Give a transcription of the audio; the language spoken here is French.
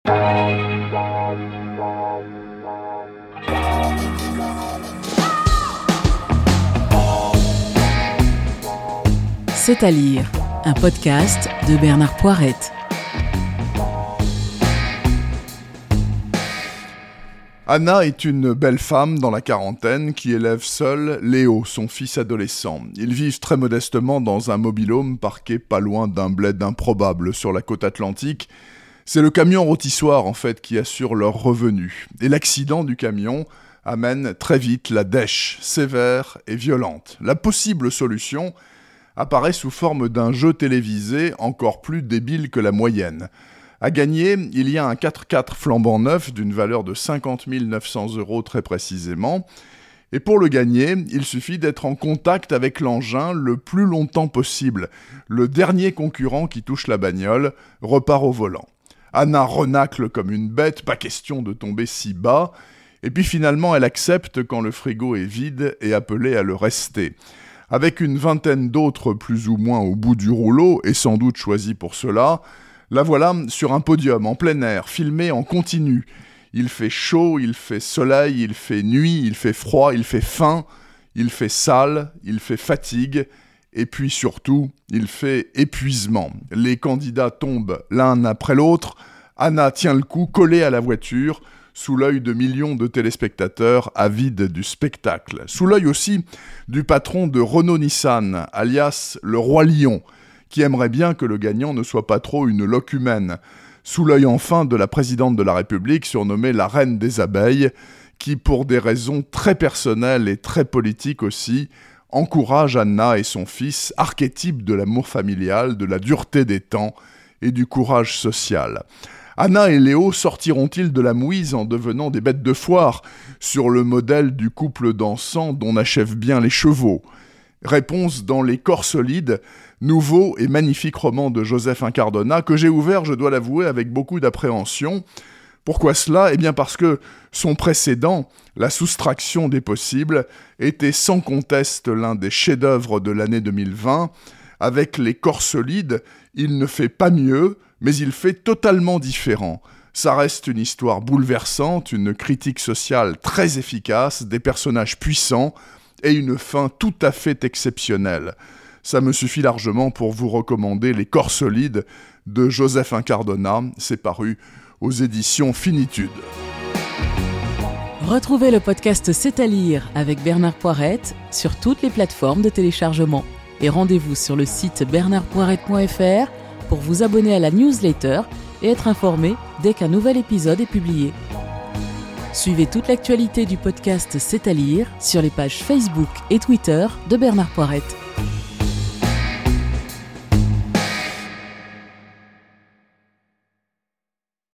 C'est à lire, un podcast de Bernard Poirette. Anna est une belle femme dans la quarantaine qui élève seule Léo, son fils adolescent. Ils vivent très modestement dans un mobil-home parqué pas loin d'un bled improbable sur la côte atlantique. C'est le camion rôtissoir en fait qui assure leurs revenus. Et l'accident du camion amène très vite la dèche, sévère et violente. La possible solution apparaît sous forme d'un jeu télévisé encore plus débile que la moyenne. À gagner, il y a un 4x4 flambant neuf d'une valeur de 50 900 € très précisément. Et pour le gagner, il suffit d'être en contact avec l'engin le plus longtemps possible. Le dernier concurrent qui touche la bagnole repart au volant. Anna renacle comme une bête, pas question de tomber si bas. Et puis finalement, elle accepte quand le frigo est vide et appelée à le rester. Avec une vingtaine d'autres plus ou moins au bout du rouleau, et sans doute choisis pour cela, la voilà sur un podium en plein air, filmé en continu. Il fait chaud, il fait soleil, il fait nuit, il fait froid, il fait faim, il fait sale, il fait fatigue, et puis surtout, il fait épuisement. Les candidats tombent l'un après l'autre, Anna tient le coup collée à la voiture, sous l'œil de millions de téléspectateurs avides du spectacle. Sous l'œil aussi du patron de Renault-Nissan, alias le Roi Lion, qui aimerait bien que le gagnant ne soit pas trop une locumène. Sous l'œil enfin de la présidente de la République, surnommée la Reine des Abeilles, qui, pour des raisons très personnelles et très politiques aussi, encourage Anna et son fils, archétype de l'amour familial, de la dureté des temps et du courage social. Anna et Léo sortiront-ils de la mouise en devenant des bêtes de foire, sur le modèle du couple dansant dont achèvent bien les chevaux ? Réponse dans Les Corps solides, nouveau et magnifique roman de Joseph Incardona, que j'ai ouvert, je dois l'avouer, avec beaucoup d'appréhension. Pourquoi cela ? Eh bien parce que son précédent, La soustraction des possibles, était sans conteste l'un des chefs-d'œuvre de l'année 2020. Avec Les Corps solides, il ne fait pas mieux, mais il fait totalement différent. Ça reste une histoire bouleversante, une critique sociale très efficace, des personnages puissants et une fin tout à fait exceptionnelle. Ça me suffit largement pour vous recommander Les Corps solides de Joseph Incardona. C'est paru aux éditions Finitude. Retrouvez le podcast C'est à lire avec Bernard Poirette sur toutes les plateformes de téléchargement. Et rendez-vous sur le site bernardpoirette.fr pour vous abonner à la newsletter et être informé dès qu'un nouvel épisode est publié. Suivez toute l'actualité du podcast C'est à lire sur les pages Facebook et Twitter de Bernard Poirette.